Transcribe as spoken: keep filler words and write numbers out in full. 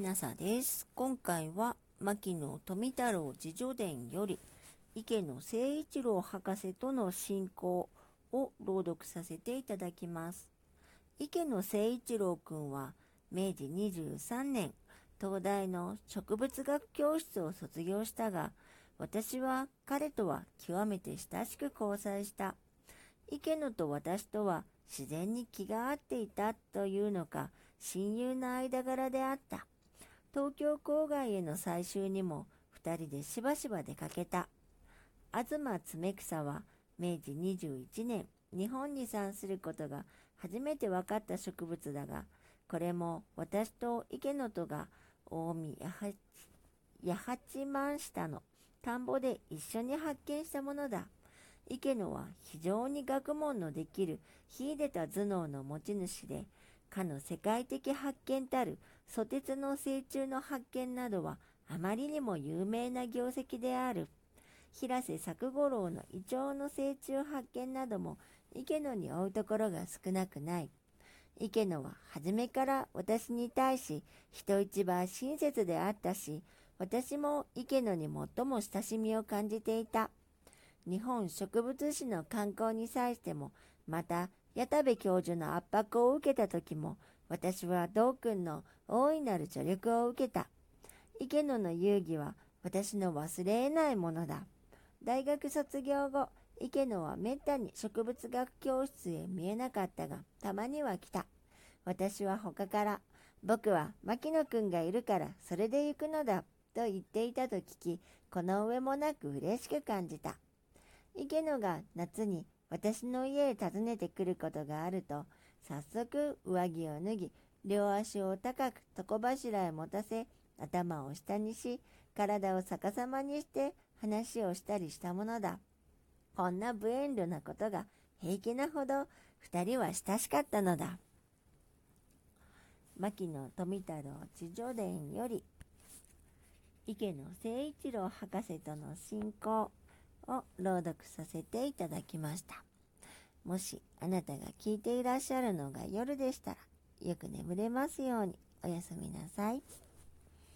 なさです。今回は牧野富太郎自叙伝より池野誠一郎博士との親交を朗読させていただきます。池野誠一郎君はめいじにじゅうさんねん東大の植物学教室を卒業したが、私は彼とは極めて親しく交際した。池野と私とは自然に気が合っていたというのか、親友の間柄であった。東京郊外への採集にも二人でしばしば出かけた。東爪草はめいじにじゅういちねん日本に産することが初めて分かった植物だが、これも私と池野とが近江八幡下の田んぼで一緒に発見したものだ。池野は非常に学問のできる秀でた頭脳の持ち主で、かの世界的発見たるソテツの成虫の発見などはあまりにも有名な業績である。平瀬作五郎のイチョウの成虫発見なども池野に追うところが少なくない。池野は初めから私に対し人一倍親切であったし、私も池野に最も親しみを感じていた。日本植物史の観光に際しても、また矢田部教授の圧迫を受けた時も、私は道君の大いなる助力を受けた。池野の遊戯は私の忘れ得ないものだ。大学卒業後、池野はめったに植物学教室へ見えなかったが、たまには来た。私は他から、僕は牧野君がいるからそれで行くのだと言っていたと聞き、この上もなく嬉しく感じた。池野が夏に私の家へ訪ねてくることがあると、早速上着を脱ぎ、両足を高く床柱へ持たせ、頭を下にし、体を逆さまにして話をしたりしたものだ。こんな無遠慮なことが平気なほど二人は親しかったのだ。牧野富太郎自叙伝より池野誠一郎博士との親交を朗読させていただきました。もしあなたが聞いていらっしゃるのが夜でしたら、よく眠れますように。おやすみなさい。